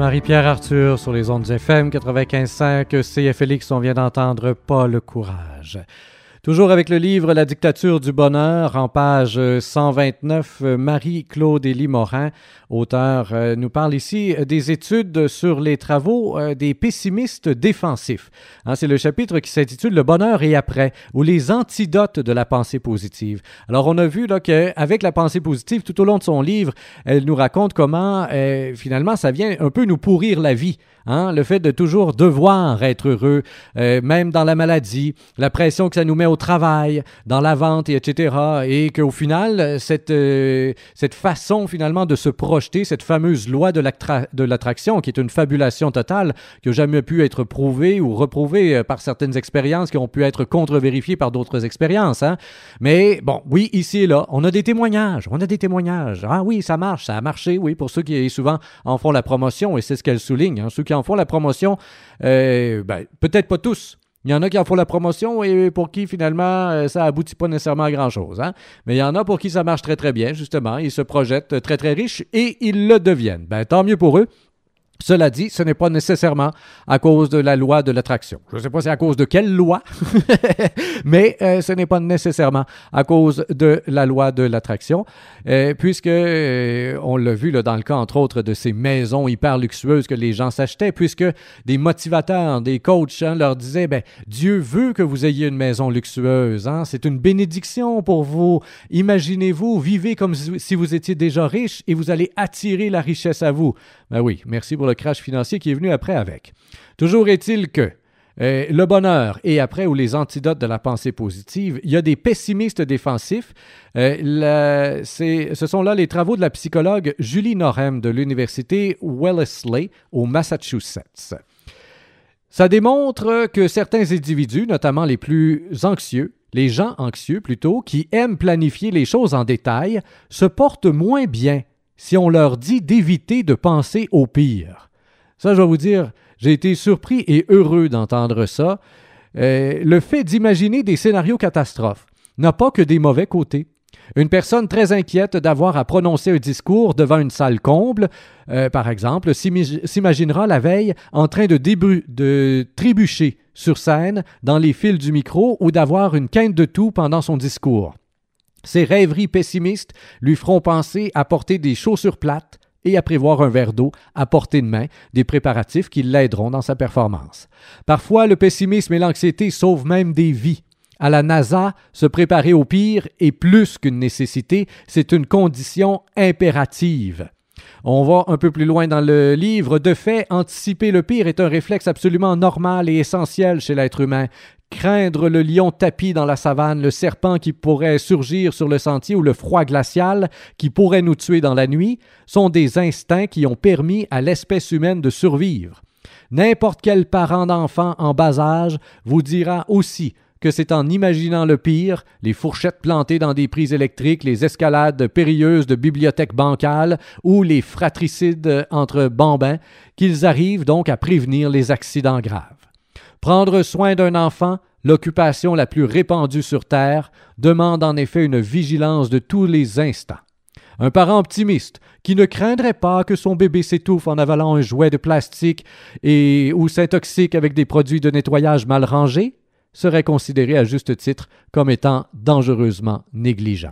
Speaker 1: Marie-Pierre Arthur sur les ondes F M quatre-vingt-quinze cinq, C F L X, on vient d'entendre Pas le courage. Toujours avec le livre La dictature du bonheur, en page cent vingt-neuf, Marie-Claude Élie-Morin, auteur, euh, nous parle ici des études sur les travaux euh, des pessimistes défensifs. Hein, c'est le chapitre qui s'intitule Le bonheur et après, ou les antidotes de la pensée positive. Alors, on a vu là qu'avec la pensée positive, tout au long de son livre, elle nous raconte comment, euh, finalement, ça vient un peu nous pourrir la vie. Hein, le fait de toujours devoir être heureux, euh, même dans la maladie, la pression que ça nous met au travail, dans la vente, et etc. Et qu'au final, cette, euh, cette façon finalement de se projeter, cette fameuse loi de, l'attra- de l'attraction, qui est une fabulation totale, qui n'a jamais pu être prouvée ou reprouvée par certaines expériences qui ont pu être contre-vérifiées par d'autres expériences. Hein. Mais bon, oui, ici et là, on a des témoignages, on a des témoignages. Ah oui, ça marche, ça a marché, oui, pour ceux qui souvent en font la promotion, et c'est ce qu'elle souligne, hein, ceux qui en font la promotion, euh, ben, peut-être pas tous. Il y en a qui en font la promotion et pour qui, finalement, euh, ça aboutit pas nécessairement à grand-chose. Hein? Mais il y en a pour qui ça marche très, très bien, justement. Ils se projettent très, très riches et ils le deviennent. Ben, tant mieux pour eux. Cela dit, ce n'est pas nécessairement à cause de la loi de l'attraction. Je ne sais pas c'est à cause de quelle loi, mais euh, ce n'est pas nécessairement à cause de la loi de l'attraction, euh, puisque euh, on l'a vu là, dans le cas, entre autres, de ces maisons hyper luxueuses que les gens s'achetaient, puisque des motivateurs, des coachs hein, leur disaient, ben, Dieu veut que vous ayez une maison luxueuse, hein, c'est une bénédiction pour vous. Imaginez-vous, vivez comme si vous étiez déjà riche et vous allez attirer la richesse à vous. Ben oui, merci pour le crash financier qui est venu après avec. Toujours est-il que euh, le bonheur et après ou les antidotes de la pensée positive, il y a des pessimistes défensifs. Euh, la, c'est, ce sont là les travaux de la psychologue Julie Norem de l'université Wellesley au Massachusetts. Ça démontre que certains individus, notamment les plus anxieux, les gens anxieux plutôt, qui aiment planifier les choses en détail, se portent moins bien si on leur dit d'éviter de penser au pire. Ça, je vais vous dire, j'ai été surpris et heureux d'entendre ça. Euh, le fait d'imaginer des scénarios catastrophes n'a pas que des mauvais côtés. Une personne très inquiète d'avoir à prononcer un discours devant une salle comble, euh, par exemple, s'imaginera la veille en train de, débru- de trébucher sur scène dans les fils du micro ou d'avoir une quinte de toux pendant son discours. Ces rêveries pessimistes lui feront penser à porter des chaussures plates et à prévoir un verre d'eau à portée de main, des préparatifs qui l'aideront dans sa performance. Parfois, le pessimisme et l'anxiété sauvent même des vies. À la NASA, se préparer au pire est plus qu'une nécessité, c'est une condition impérative. On va un peu plus loin dans le livre. De fait, anticiper le pire est un réflexe absolument normal et essentiel chez l'être humain. Craindre le lion tapi dans la savane, le serpent qui pourrait surgir sur le sentier ou le froid glacial qui pourrait nous tuer dans la nuit sont des instincts qui ont permis à l'espèce humaine de survivre. N'importe quel parent d'enfant en bas âge vous dira aussi que c'est en imaginant le pire, les fourchettes plantées dans des prises électriques, les escalades périlleuses de bibliothèques bancales ou les fratricides entre bambins, qu'ils arrivent donc à prévenir les accidents graves. Prendre soin d'un enfant, l'occupation la plus répandue sur Terre, demande en effet une vigilance de tous les instants. Un parent optimiste qui ne craindrait pas que son bébé s'étouffe en avalant un jouet de plastique et ou s'intoxique avec des produits de nettoyage mal rangés, serait considéré à juste titre comme étant dangereusement négligent.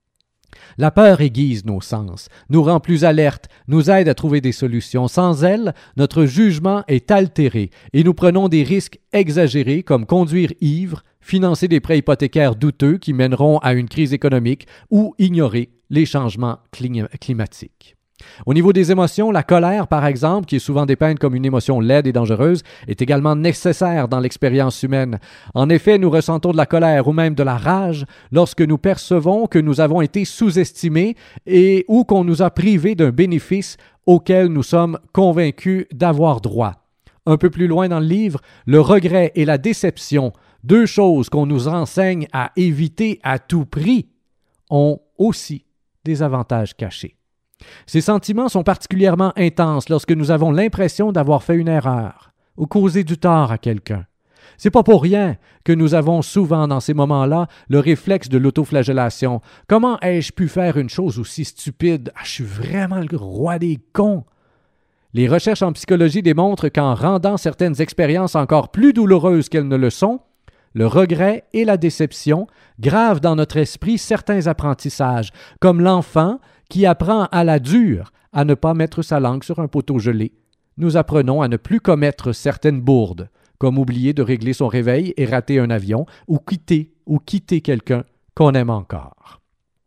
Speaker 1: La peur aiguise nos sens, nous rend plus alertes, nous aide à trouver des solutions. Sans elle, notre jugement est altéré et nous prenons des risques exagérés comme conduire ivre, financer des prêts hypothécaires douteux qui mèneront à une crise économique ou ignorer les changements clim- climatiques. Au niveau des émotions, la colère, par exemple, qui est souvent dépeinte comme une émotion laide et dangereuse, est également nécessaire dans l'expérience humaine. En effet, nous ressentons de la colère ou même de la rage lorsque nous percevons que nous avons été sous-estimés et ou qu'on nous a privés d'un bénéfice auquel nous sommes convaincus d'avoir droit. Un peu plus loin dans le livre, le regret et la déception, deux choses qu'on nous enseigne à éviter à tout prix, ont aussi des avantages cachés. Ces sentiments sont particulièrement intenses lorsque nous avons l'impression d'avoir fait une erreur ou causé du tort à quelqu'un. C'est pas pour rien que nous avons souvent dans ces moments-là le réflexe de l'autoflagellation. Comment ai-je pu faire une chose aussi stupide? Ah, je suis vraiment le roi des cons. Les recherches en psychologie démontrent qu'en rendant certaines expériences encore plus douloureuses qu'elles ne le sont, le regret et la déception gravent dans notre esprit certains apprentissages, comme l'enfant qui apprend à la dure à ne pas mettre sa langue sur un poteau gelé. Nous apprenons à ne plus commettre certaines bourdes, comme oublier de régler son réveil et rater un avion, ou quitter ou quitter quelqu'un qu'on aime encore.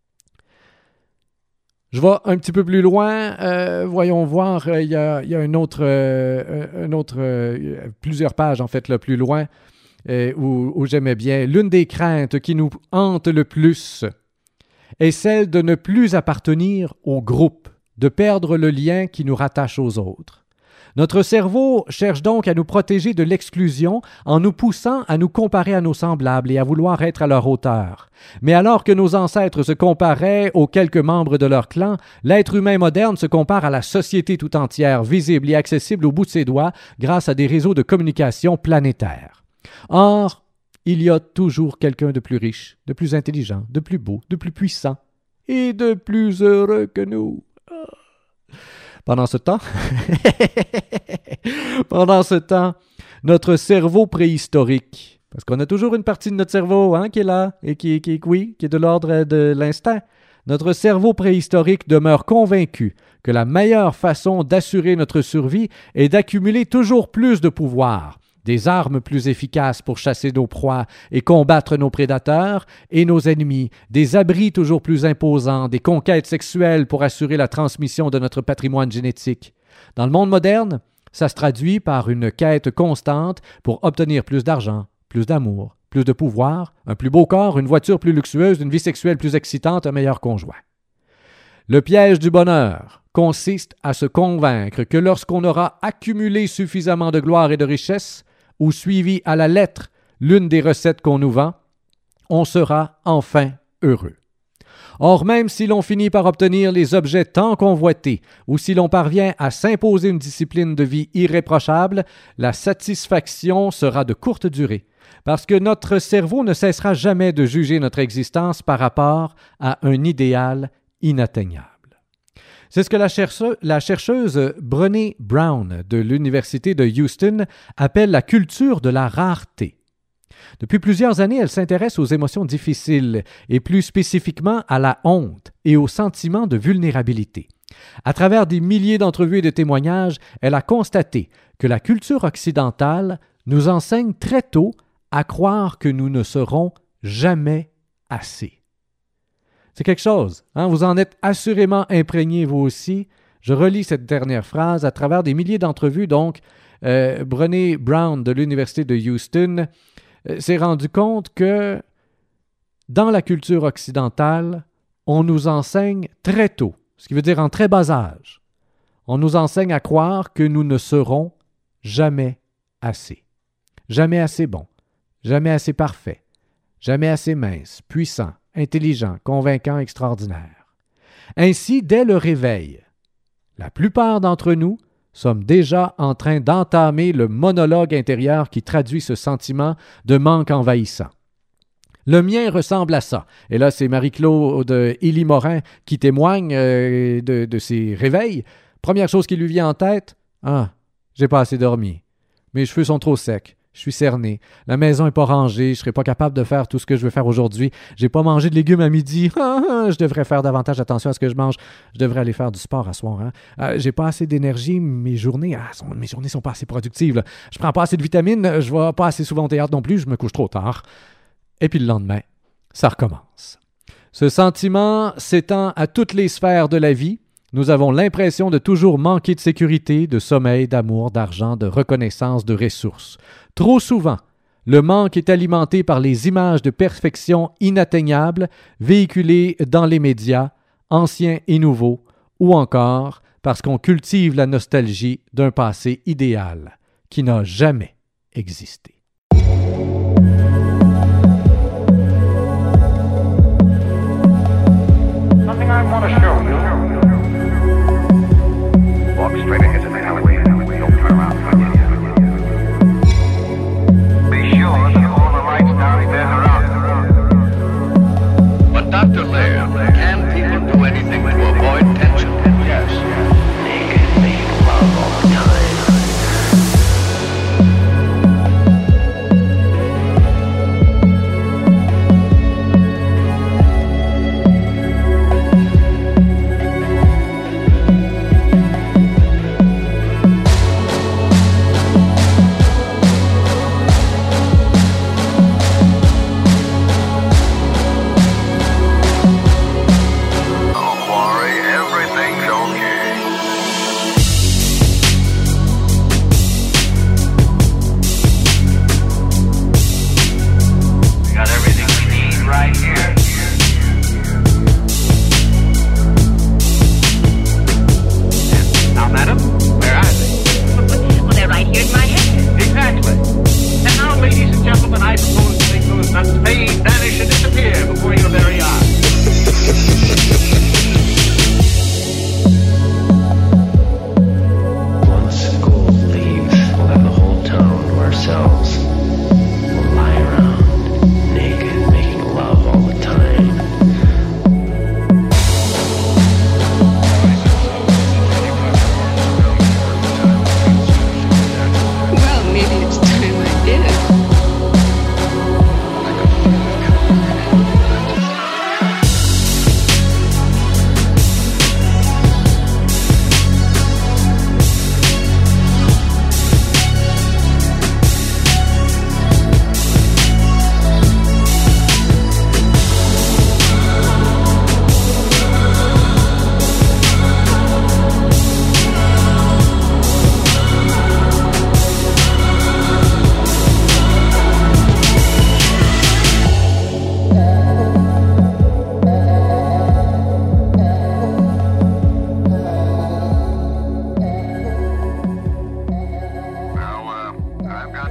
Speaker 1: Je vais un petit peu plus loin. Euh, voyons voir, il euh, y, a, y a un autre, euh, un autre euh, plusieurs pages en fait, là, plus loin, euh, où, où j'aimais bien. L'une des craintes qui nous hante le plus est celle de ne plus appartenir au groupe, de perdre le lien qui nous rattache aux autres. Notre cerveau cherche donc à nous protéger de l'exclusion en nous poussant à nous comparer à nos semblables et à vouloir être à leur hauteur. Mais alors que nos ancêtres se comparaient aux quelques membres de leur clan, l'être humain moderne se compare à la société tout entière, visible et accessible au bout de ses doigts grâce à des réseaux de communication planétaires. Or, il y a toujours quelqu'un de plus riche, de plus intelligent, de plus beau, de plus puissant et de plus heureux que nous. Pendant ce temps, pendant ce temps, notre cerveau préhistorique, parce qu'on a toujours une partie de notre cerveau hein, qui est là et qui, qui, oui, qui est de l'ordre de l'instinct, notre cerveau préhistorique demeure convaincu que la meilleure façon d'assurer notre survie est d'accumuler toujours plus de pouvoir, des armes plus efficaces pour chasser nos proies et combattre nos prédateurs et nos ennemis, des abris toujours plus imposants, des conquêtes sexuelles pour assurer la transmission de notre patrimoine génétique. Dans le monde moderne, ça se traduit par une quête constante pour obtenir plus d'argent, plus d'amour, plus de pouvoir, un plus beau corps, une voiture plus luxueuse, une vie sexuelle plus excitante, un meilleur conjoint. Le piège du bonheur consiste à se convaincre que lorsqu'on aura accumulé suffisamment de gloire et de richesse, ou suivi à la lettre l'une des recettes qu'on nous vend, on sera enfin heureux. Or, même si l'on finit par obtenir les objets tant convoités, ou si l'on parvient à s'imposer une discipline de vie irréprochable, la satisfaction sera de courte durée, parce que notre cerveau ne cessera jamais de juger notre existence par rapport à un idéal inatteignable. C'est ce que la, cherche- la chercheuse Brené Brown de l'Université de Houston appelle la culture de la rareté. Depuis plusieurs années, elle s'intéresse aux émotions difficiles et plus spécifiquement à la honte et au sentiment de vulnérabilité. À travers des milliers d'entrevues et de témoignages, elle a constaté que la culture occidentale nous enseigne très tôt à croire que nous ne serons jamais assez. C'est quelque chose, hein? Vous en êtes assurément imprégnés vous aussi. Je relis cette dernière phrase à travers des milliers d'entrevues. Donc, euh, Brené Brown de l'Université de Houston euh, s'est rendu compte que dans la culture occidentale, on nous enseigne très tôt, ce qui veut dire en très bas âge, on nous enseigne à croire que nous ne serons jamais assez. Jamais assez bons, jamais assez parfaits, jamais assez minces, puissants, intelligent, convaincant, extraordinaire. Ainsi, dès le réveil, la plupart d'entre nous sommes déjà en train d'entamer le monologue intérieur qui traduit ce sentiment de manque envahissant. Le mien ressemble à ça. Et là, c'est Marie-Claude Élie Morin qui témoigne euh, de, de ses réveils. Première chose qui lui vient en tête, « Ah, j'ai pas assez dormi. Mes cheveux sont trop secs. Je suis cerné. La maison n'est pas rangée. Je ne serai pas capable de faire tout ce que je veux faire aujourd'hui. Je n'ai pas mangé de légumes à midi. Je devrais faire davantage attention à ce que je mange. Je devrais aller faire du sport à soir. Hein? Euh, j'ai pas assez d'énergie. Mes journées ah, sont, mes journées sont pas assez productives. Là. Je prends pas assez de vitamines. Je vais pas assez souvent au théâtre non plus. Je me couche trop tard. » Et puis le lendemain, ça recommence. Ce sentiment s'étend à toutes les sphères de la vie. Nous avons l'impression de toujours manquer de sécurité, de sommeil, d'amour, d'argent, de reconnaissance, de ressources. Trop souvent, le manque est alimenté par les images de perfection inatteignables véhiculées dans les médias, anciens et nouveaux, ou encore parce qu'on cultive la nostalgie d'un passé idéal qui n'a jamais existé.
Speaker 3: Something I want to show you. Walk straight ahead to the alleyway. Don't turn around. Be sure that all the lights downstairs are out.
Speaker 4: But Doctor Laird, can people do anything to avoid tension?
Speaker 3: Yes. They can make love.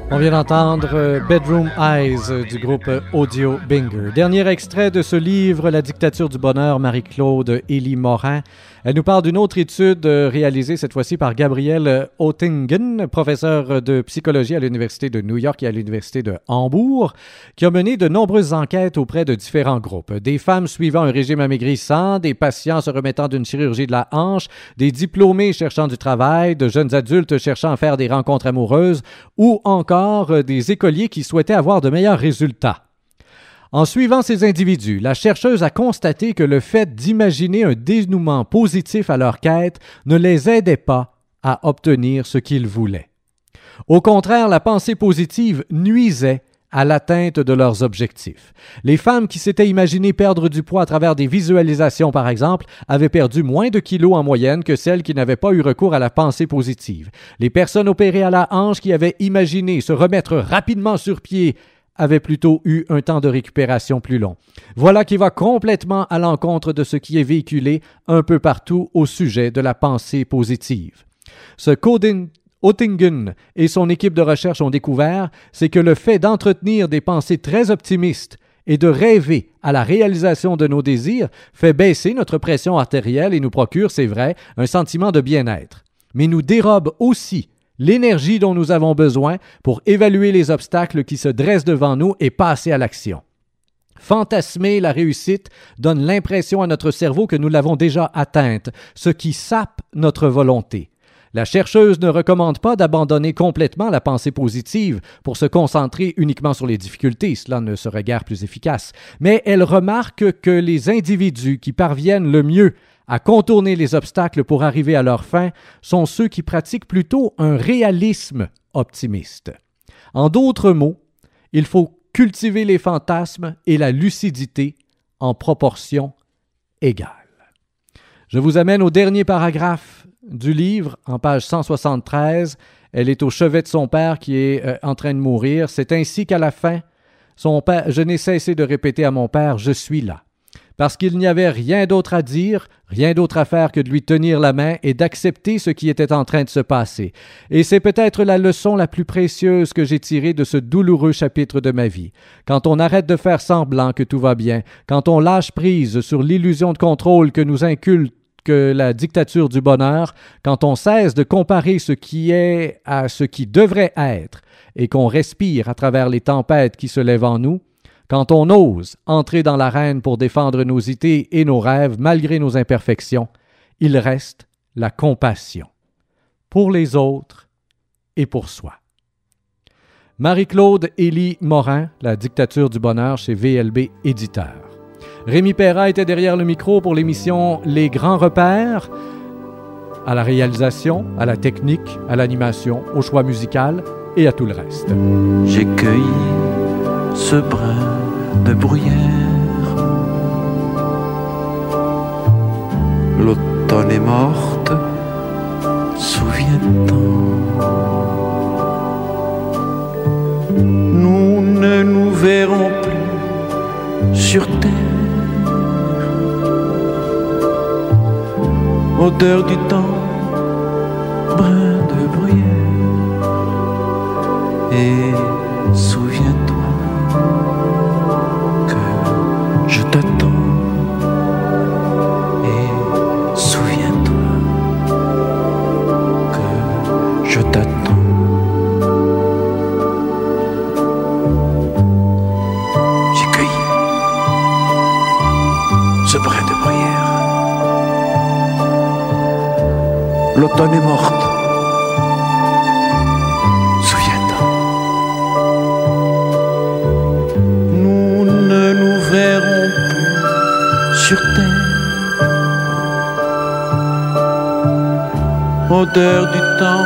Speaker 1: On vient d'entendre euh, Bedroom Eyes euh, du groupe euh, Audio Binger. Dernier extrait de ce livre, La dictature du bonheur, Marie-Claude Élie Morin. Elle nous parle d'une autre étude euh, réalisée cette fois-ci par Gabriel Oettingen, professeur de psychologie à l'Université de New York et à l'Université de Hambourg, qui a mené de nombreuses enquêtes auprès de différents groupes. Des femmes suivant un régime amaigrissant, des patients se remettant d'une chirurgie de la hanche, des diplômés cherchant du travail, de jeunes adultes cherchant à faire des rencontres amoureuses ou encore des écoliers qui souhaitaient avoir de meilleurs résultats. En suivant ces individus, la chercheuse a constaté que le fait d'imaginer un dénouement positif à leur quête ne les aidait pas à obtenir ce qu'ils voulaient. Au contraire, la pensée positive nuisait à l'atteinte de leurs objectifs. Les femmes qui s'étaient imaginées perdre du poids à travers des visualisations, par exemple, avaient perdu moins de kilos en moyenne que celles qui n'avaient pas eu recours à la pensée positive. Les personnes opérées à la hanche qui avaient imaginé se remettre rapidement sur pied avaient plutôt eu un temps de récupération plus long. Voilà qui va complètement à l'encontre de ce qui est véhiculé un peu partout au sujet de la pensée positive. Ce coding Oettingen et son équipe de recherche ont découvert, c'est que le fait d'entretenir des pensées très optimistes et de rêver à la réalisation de nos désirs fait baisser notre pression artérielle et nous procure, c'est vrai, un sentiment de bien-être. Mais nous dérobe aussi l'énergie dont nous avons besoin pour évaluer les obstacles qui se dressent devant nous et passer à l'action. Fantasmer la réussite donne l'impression à notre cerveau que nous l'avons déjà atteinte, ce qui sape notre volonté. La chercheuse ne recommande pas d'abandonner complètement la pensée positive pour se concentrer uniquement sur les difficultés, cela ne serait guère plus efficace, mais elle remarque que les individus qui parviennent le mieux à contourner les obstacles pour arriver à leur fin sont ceux qui pratiquent plutôt un réalisme optimiste. En d'autres mots, il faut cultiver les fantasmes et la lucidité en proportion égale. Je vous amène au dernier paragraphe du livre, en page cent soixante-treize. Elle est au chevet de son père qui est euh, en train de mourir. C'est ainsi qu'à la fin, son père, je n'ai cessé de répéter à mon père, je suis là. Parce qu'il n'y avait rien d'autre à dire, rien d'autre à faire que de lui tenir la main et d'accepter ce qui était en train de se passer. Et c'est peut-être la leçon la plus précieuse que j'ai tirée de ce douloureux chapitre de ma vie. Quand on arrête de faire semblant que tout va bien, quand on lâche prise sur l'illusion de contrôle que nous inculque que la dictature du bonheur, quand on cesse de comparer ce qui est à ce qui devrait être et qu'on respire à travers les tempêtes qui se lèvent en nous, quand on ose entrer dans l'arène pour défendre nos idées et nos rêves malgré nos imperfections, il reste la compassion pour les autres et pour soi. Marie-Claude Élie Morin, La dictature du bonheur chez V L B Éditeur. Rémi Perra était derrière le micro pour l'émission Les Grands Repères, à la réalisation, à la technique, à l'animation, au choix musical et à tout le reste.
Speaker 4: J'ai cueilli ce brin de bruyère. L'automne est morte, souviens-t'en. Nous ne nous verrons plus sur terre. Odeur du temps, brin de bruyère. Et souviens-toi que je t'attends. Et souviens-toi que je t'attends. J'ai cueilli ce brin de bruyère. L'automne est morte, souviens-toi. Nous ne nous verrons plus sur terre. Odeur du temps,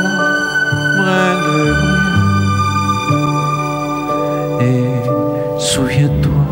Speaker 4: brin de bruyère. Et souviens-toi